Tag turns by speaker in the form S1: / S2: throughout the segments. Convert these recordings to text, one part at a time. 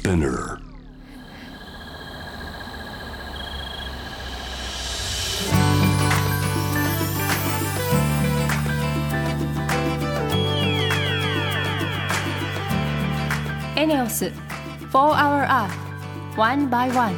S1: Spinner.
S2: ENEOS 4-Hour Earth One by One。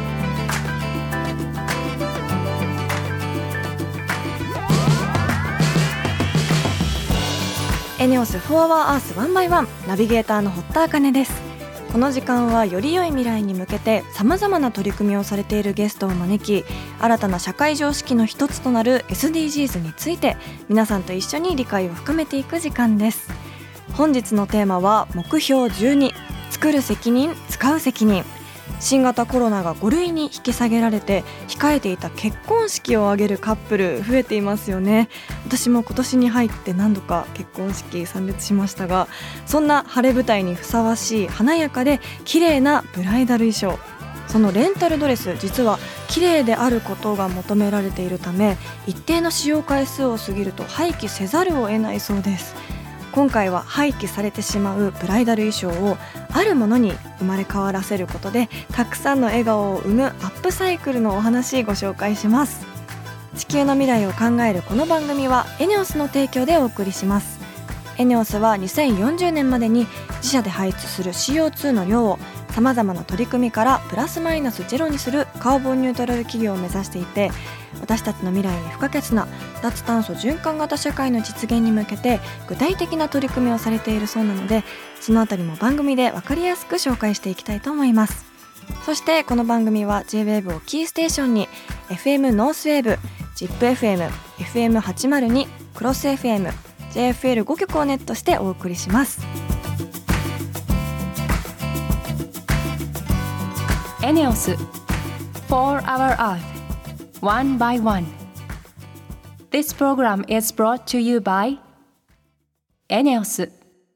S3: ENEOS 4-Hour Earth One by One、ナビゲーターの堀田茜です。この時間はより良い未来に向けてさまざまな取り組みをされているゲストを招き、新たな社会常識の一つとなる SDGs について皆さんと一緒に理解を深めていく時間です。本日のテーマは目標12、作る責任、使う責任。新型コロナが5類に引き下げられて控えていた結婚式を挙げるカップル増えていますよね。私も今年に入って何度か結婚式参列しましたが、そんな晴れ舞台にふさわしい華やかで綺麗なブライダル衣装、そのレンタルドレス、実は綺麗であることが求められているため、一定の使用回数を過ぎると廃棄せざるを得ないそうです。今回は廃棄されてしまうブライダル衣装をあるものに生まれ変わらせることでたくさんの笑顔を生むアップサイクルのお話ご紹介します。地球の未来を考えるこの番組はENEOSの提供でお送りします。ENEOSは2040年までに自社で排出する CO2 の量をさまざまな取り組みからプラスマイナスゼロにするカーボンニュートラル企業を目指していて、私たちの未来に不可欠な脱炭素循環型社会の実現に向けて具体的な取り組みをされているそうなので、そのあたりも番組で分かりやすく紹介していきたいと思います。そしてこの番組は J-WAVE をキーステーションに FM ノースウェーブ、ZIPFM、FM802、クロス FM、JFL5 曲をネットしてお送りします。
S2: ENEOS 4-Hour Earth One by One. This program is brought to you by ENEOS。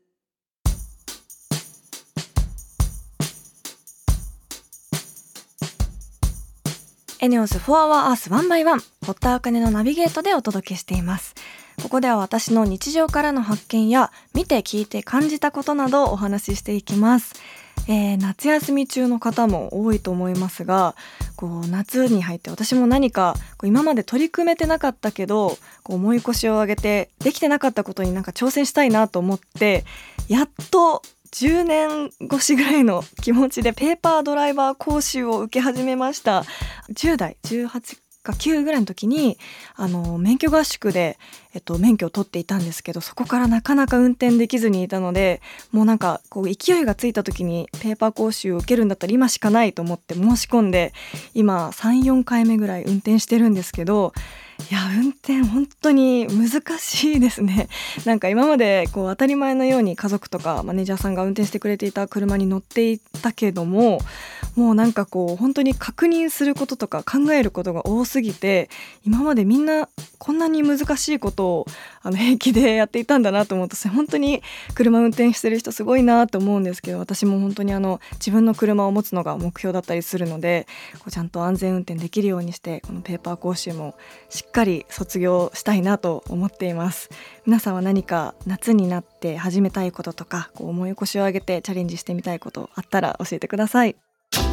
S3: ENEOS 4-Hour Earth One by One、堀田茜のナビゲートでお届けしています。ここでは私の日常からの発見や見て聞いて感じたことなどをお話ししていきます。夏休み中の方も多いと思いますが、夏に入って私も何か今まで取り組めてなかったけど重い腰を上げてできてなかったことに挑戦したいなと思って、やっと10年越しぐらいの気持ちでペーパードライバー講習を受け始めました。10代18か9ぐらいの時に免許合宿で、免許を取っていたんですけど、そこからなかなか運転できずにいたので、もう勢いがついた時にペーパー講習を受けるんだったら今しかないと思って申し込んで、今 3,4 回目ぐらい運転してるんですけど、いや運転本当に難しいですね。今まで当たり前のように家族とかマネージャーさんが運転してくれていた車に乗っていたけども、もう本当に確認することとか考えることが多すぎて、今までみんなこんなに難しいことを平気でやっていたんだなと思うと、本当に車運転してる人すごいなと思うんですけど、私も本当に自分の車を持つのが目標だったりするので、ちゃんと安全運転できるようにしてこのペーパー講習もしっかり卒業したいなと思っています。皆さんは何か夏になって始めたいこととか重い腰を上げてチャレンジしてみたいことあったら教えてください。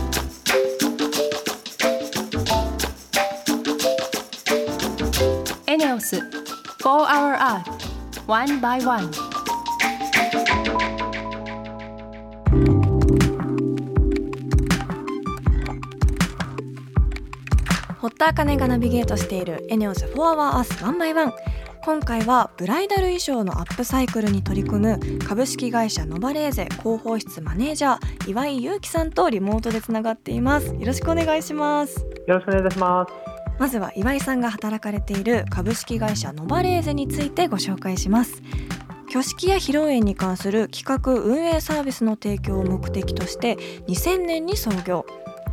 S2: ENEOS 4-Hour Earth One by One。
S3: 堀田茜がナビゲートしている ENEOS 4-Hour Earth One by One。今回はブライダル衣装のアップサイクルに取り組む株式会社ノバレーゼ広報室マネージャー岩井祐樹さんとリモートでつながっています。よろしくお願いします。
S4: よろしくお願いいたします。
S3: まずは岩井さんが働かれている株式会社ノバレーゼについてご紹介します。挙式や披露宴に関する企画運営サービスの提供を目的として2000年に創業。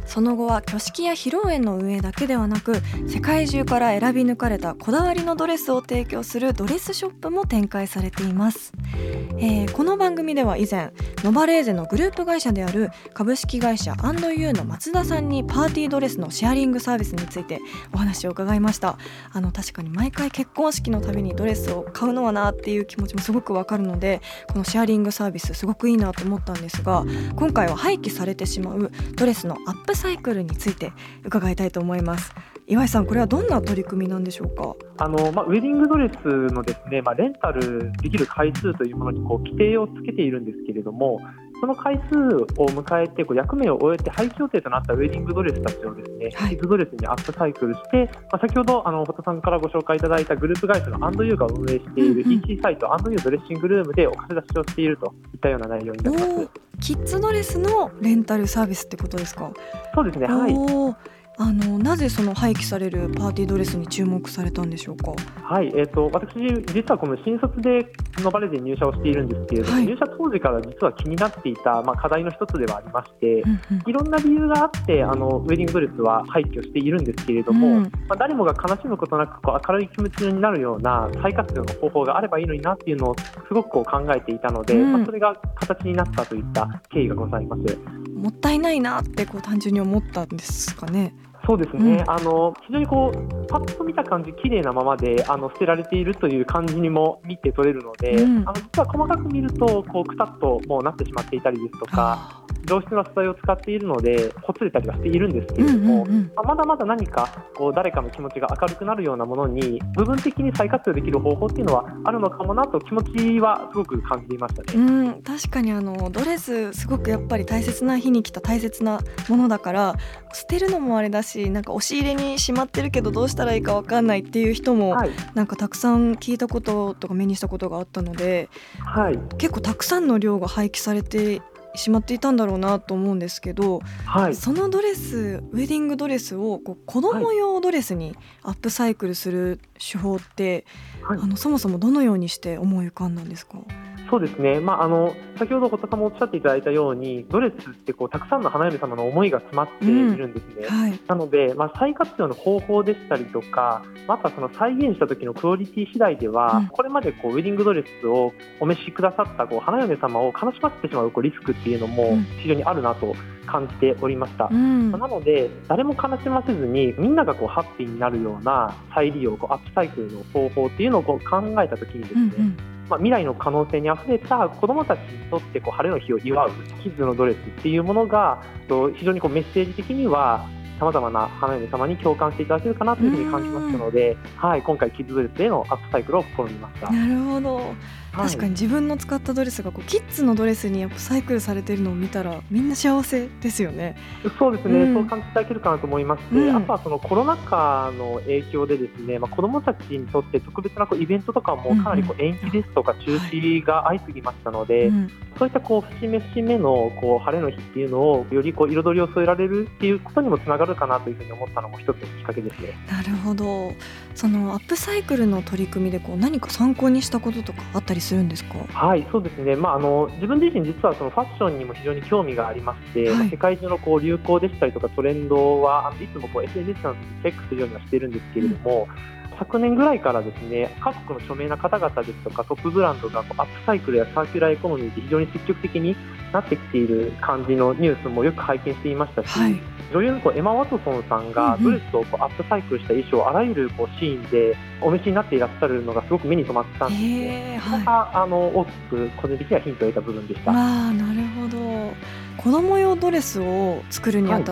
S3: その後は挙式や披露宴の運営だけではなく、世界中から選び抜かれたこだわりのドレスを提供するドレスショップも展開されています。この番組では以前ノバレーゼのグループ会社である株式会社&Uの松田さんにパーティードレスのシェアリングサービスについてお話を伺いました。確かに毎回結婚式のたびにドレスを買うのはなっていう気持ちもすごくわかるので、このシェアリングサービスすごくいいなと思ったんですが、今回は廃棄されてしまうドレスのアップサイクルについて伺いたいと思います。岩井さん、これはどんな取り組みなんでしょうか？
S1: ウェディングドレスのですね、レンタルできる回数というものに規定をつけているんですけれども、その回数を迎えて役目を終えて廃棄予定となったウェディングドレスたちをですね、キッズドレスにアップサイクルして、先ほど堀田さんからご紹介いただいたグループ会社の&Uが運営している EC サイト&Uドレッシングルームでお貸し出しをしているといったような内容になります。
S3: キッズドレスのレンタルサービスってことですか？
S1: そうですね、はい。
S3: なぜその廃棄されるパーティードレスに注目されたんでしょうか？
S1: はい、私実はこの新卒でノバレーゼに入社をしているんですけれども、入社当時から実は気になっていた、課題の一つではありまして、いろんな理由があってウェディングドレスは廃棄をしているんですけれども、誰もが悲しむことなく明るい気持ちになるような再活用の方法があればいいのになっていうのをすごく考えていたので、それが形になったといった経緯がございます。
S3: もったいないなって単純に思ったんですかね？
S1: そうですね、非常にパッと見た感じ綺麗なままで捨てられているという感じにも見て取れるので、実は細かく見るとくたっともうなってしまっていたりですとか、上質な素材を使っているのでほつれたりはしているんですけれども、まだまだ何か誰かの気持ちが明るくなるようなものに部分的に再活用できる方法っていうのはあるのかもなと気持ちはすごく感じていましたね。
S3: 確かにドレスすごくやっぱり大切な日に着た大切なものだから、捨てるのもあれだし、押し入れにしまってるけどどうしたらいいか分かんないっていう人も、たくさん聞いたこととか目にしたことがあったので、結構たくさんの量が廃棄されてしまっていたんだろうなと思うんですけど、そのドレス、ウェディングドレスを子供用ドレスにアップサイクルする手法って、そもそもどのようにして思い浮かんだんですか？
S1: そうですね、先ほど堀田さんもおっしゃっていただいたように、ドレスってたくさんの花嫁様の思いが詰まっているんですね。なので、再活用の方法でしたりとか、あとはその再現した時のクオリティ次第では、これまでウェディングドレスをお召しくださった花嫁様を悲しませてしまうリスクっていうのも非常にあるなと感じておりました。なので誰も悲しませずにみんながハッピーになるような再利用、アップサイクルの方法っていうのを考えた時にですね、未来の可能性にあふれた子どもたちにとって晴れの日を祝うキッズのドレスっていうものが非常にメッセージ的にはさまざまな花嫁様に共感していただけるかなというふうに感じましたので、今回キッズドレスへのアップサイクルを試みました。
S3: なるほど、確かに自分の使ったドレスがキッズのドレスにアップサイクルされているのを見たらみんな幸せですよね。
S1: そうですね、そう感じていただけるかなと思いまして、あとはそのコロナ禍の影響でですね、子どもたちにとって特別なイベントとかもかなり延期ですとか中止が相次ぎましたので、そういった節目節目の晴れの日っていうのをより彩りを添えられるっていうことにもつながるかなというふうに思ったのも一つのきっかけですね。
S3: なるほど。そのアップサイクルの取り組みで何か参考にしたこととかあったりするんですか？
S1: そうですね、自分自身実はそのファッションにも非常に興味がありまして、世界中の流行でしたりとかトレンドはいつもSNS などにチェックするようにはしているんですけれども、昨年ぐらいからですね、各国の著名な方々ですとかトップブランドがアップサイクルやサーキュラーエコノミーで非常に積極的になってきている感じのニュースもよく拝見していましたし、女優のエマ・ワトソンさんがドレスをアップサイクルした衣装をあらゆるシーンでお召しになっていらっしゃるのがすごく目に留まったんですね。それが大きく個人的にはヒントを得た部分でした。
S3: なるほど。子供用ドレスを作るにあたって、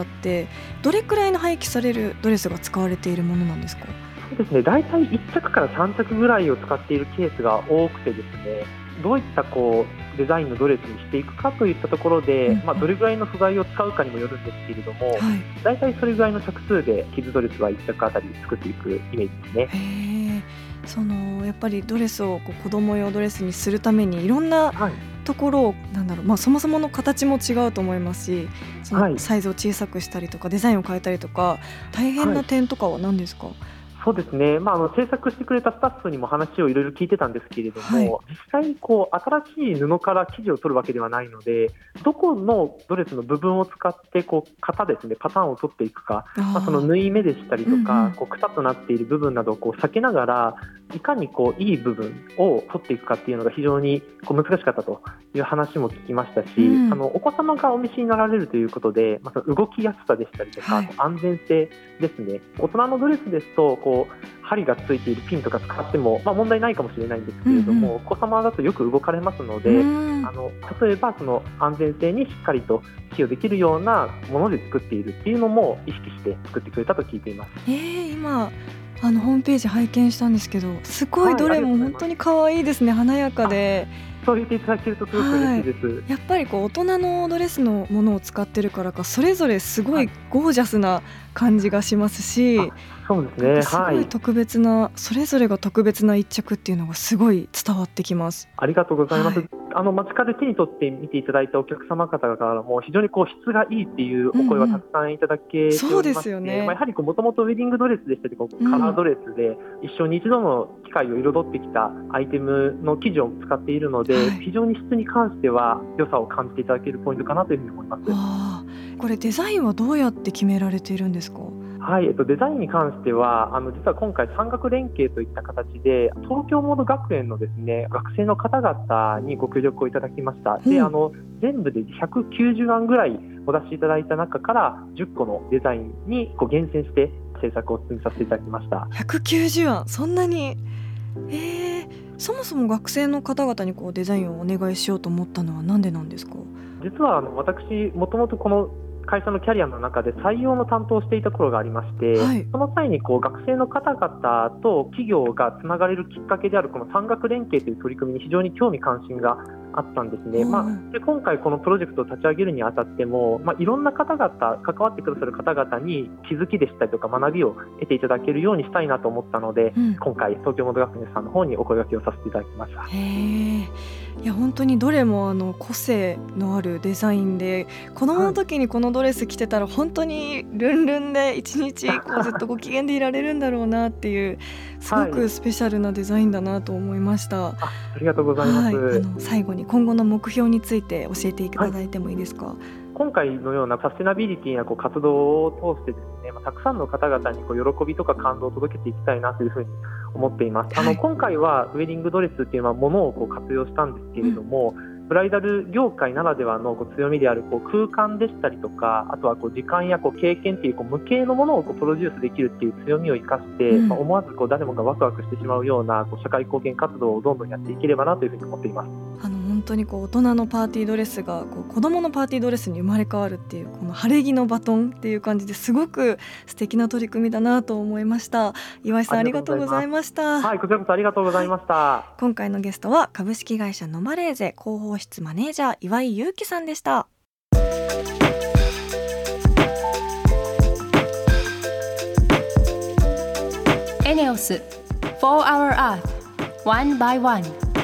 S3: どれくらいの廃棄されるドレスが使われているものなんですか？
S1: そうですね、大体1着から3着ぐらいを使っているケースが多くてですね、どういったデザインのドレスにしていくかといったところで、どれぐらいの素材を使うかにもよるんですけれども、大体それぐらいの着数でキッズドレスは1着あたり作っていくイメージですね。
S3: やっぱりドレスを子供用ドレスにするためにいろんなところを、そもそもの形も違うと思いますし、そのサイズを小さくしたりとかデザインを変えたりとか大変な点とかは何ですか？
S1: そうですね、制作してくれたスタッフにも話をいろいろ聞いてたんですけれども、実際に新しい布から生地を取るわけではないので、どこのドレスの部分を使って型ですね、パターンを取っていくか、その縫い目でしたりとか、くたっとなっている部分などを避けながら、いかにいい部分を取っていくかっていうのが非常に難しかったという話も聞きましたし、お子様がお召しになられるということで、動きやすさでしたりとか、安全性ですね。大人のドレスですと針がついているピンとか使っても、問題ないかもしれないんですけれども、お子様だとよく動かれますので、例えばその安全性にしっかりと寄与できるようなもので作っているっていうのも意識して作ってくれたと聞いています。
S3: 今ホームページ拝見したんですけど、すごいどれも本当に可愛いですね。華やかで、
S1: そう言っていただけるとすごく嬉しいです。
S3: やっぱり大人のドレスのものを使ってるからか、それぞれすごいゴージャスな感じがしますし、
S1: そうですね、
S3: すごい特別な、それぞれが特別な一着っていうのがすごい伝わってきます。
S1: ありがとうございます。間近で手に取って見ていただいたお客様方からも非常に質がいいっていうお声はたくさんいただけておりまして、
S3: そうですよね。
S1: やはりもともとウェディングドレスでしたりカラードレスで一生に一度の機会を彩ってきたアイテムの生地を使っているので、非常に質に関しては良さを感じていただけるポイントかなというふうに思います。
S3: これデザインはどうやって決められているんですか？
S1: デザインに関しては実は今回産学連携といった形で東京モード学園のですね、学生の方々にご協力をいただきました。で全部で190案ぐらいお出しいただいた中から10個のデザインに厳選して制作を進めさせていただきました。
S3: 190案、そんなに。そもそも学生の方々にデザインをお願いしようと思ったのは何でなんですか？
S1: 実は私もともとこの会社のキャリアの中で採用の担当をしていた頃がありまして、その際に学生の方々と企業がつながれるきっかけであるこの産学連携という取り組みに非常に興味関心があったんですね。で今回このプロジェクトを立ち上げるにあたっても、いろんな方々、関わってくださる方々に気づきでしたりとか学びを得ていただけるようにしたいなと思ったので、今回東京モード学園さんの方にお声掛けをさせていただきました。
S3: いや本当にどれも個性のあるデザインで、子供の時にこのドレス着てたら本当にルンルンで一日ずっとご機嫌でいられるんだろうなっていうすごくスペシャルなデザインだなと思いました。
S1: ありがとうございます。
S3: 最後に今後の目標について教えていただいてもいいですか？
S1: 今回のようなサステナビリティな活動を通してですね、たくさんの方々に喜びとか感動を届けていきたいなというふうに思っています。今回はウェディングドレスっていうものを活用したんですけれども、ブライダル業界ならではの強みである空間でしたりとか、あとは時間や経験っていう無形のものをプロデュースできるっていう強みを生かして、思わず誰もがワクワクしてしまうような社会貢献活動をどんどんやっていければなというふうに思っています。
S3: 本当に大人のパーティードレスが子供のパーティードレスに生まれ変わるっていうこの晴れ着のバトンっていう感じですごく素敵な取り組みだなと思いました。岩井さんありがとうございました。
S1: こちらこそありがとうございました。
S3: 今回のゲストは株式会社ノマレーゼ広報室マネージャー岩井祐樹さんでした。
S2: エネオス For Our Earth One by One。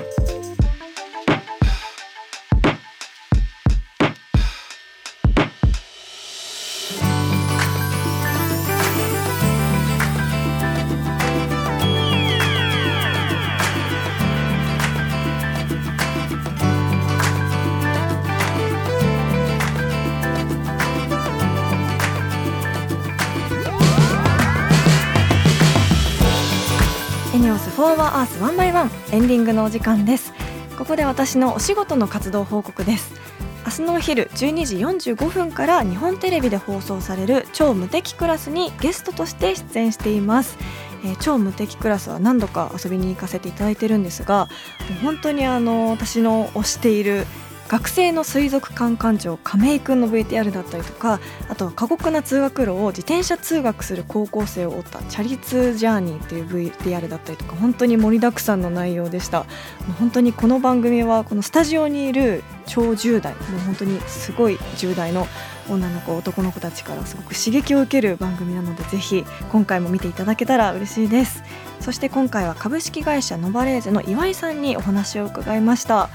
S3: エネオスフォーワーアースワンバイワンエンディングのお時間です。ここで私のお仕事の活動報告です。明日のお昼12時45分から日本テレビで放送される超無敵クラスにゲストとして出演しています。超無敵クラスは何度か遊びに行かせていただいてるんですが、本当に私の推している学生の水族館館長亀井くんの VTR だったりとか、あとは過酷な通学路を自転車通学する高校生を追ったチャリ通ジャーニーっていう VTR だったりとか、本当に盛りだくさんの内容でした。本当にこの番組はこのスタジオにいる超10代、もう本当にすごい10代の女の子男の子たちからすごく刺激を受ける番組なので、ぜひ今回も見ていただけたら嬉しいです。そして今回は株式会社ノバレーゼの岩井さんにお話を伺いました。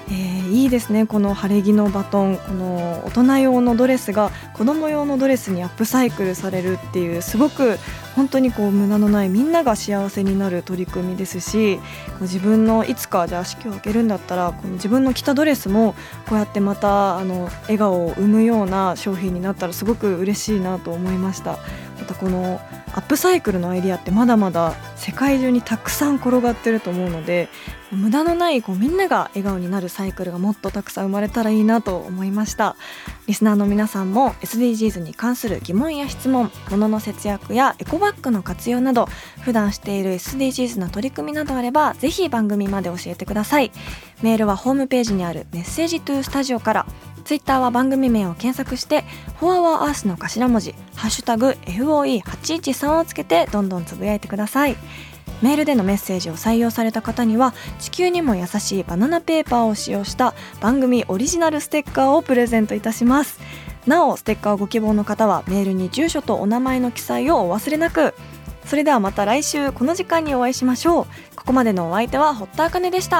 S3: いいですね。この晴れ着のバトン、この大人用のドレスが子供用のドレスにアップサイクルされるっていう、すごく本当に無駄のないみんなが幸せになる取り組みですし、自分のいつかじゃあ式を挙げるんだったら、この自分の着たドレスもこうやってまた笑顔を生むような商品になったらすごく嬉しいなと思いました。またこのアップサイクルのアイディアってまだまだ世界中にたくさん転がってると思うので、無駄のないみんなが笑顔になるサイクルがもっとたくさん生まれたらいいなと思いました。リスナーの皆さんも SDGs に関する疑問や質問、物の節約やエコバッグの活用など、普段している SDGs な取り組みなどあれば、ぜひ番組まで教えてください。メールはホームページにあるメッセージトゥースタジオから、ツイッターは番組名を検索して4 Hour Earth の頭文字ハッシュタグ FOE813 をつけてどんどんつぶやいてください。メールでのメッセージを採用された方には、地球にも優しいバナナペーパーを使用した番組オリジナルステッカーをプレゼントいたします。なおステッカーをご希望の方はメールに住所とお名前の記載をお忘れなく。それではまた来週この時間にお会いしましょう。ここまでのお相手は堀田茜でした。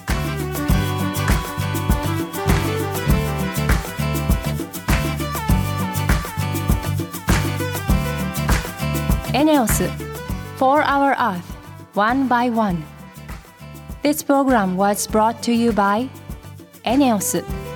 S2: ENEOS For Our Earth One by One. This program was brought to you by ENEOS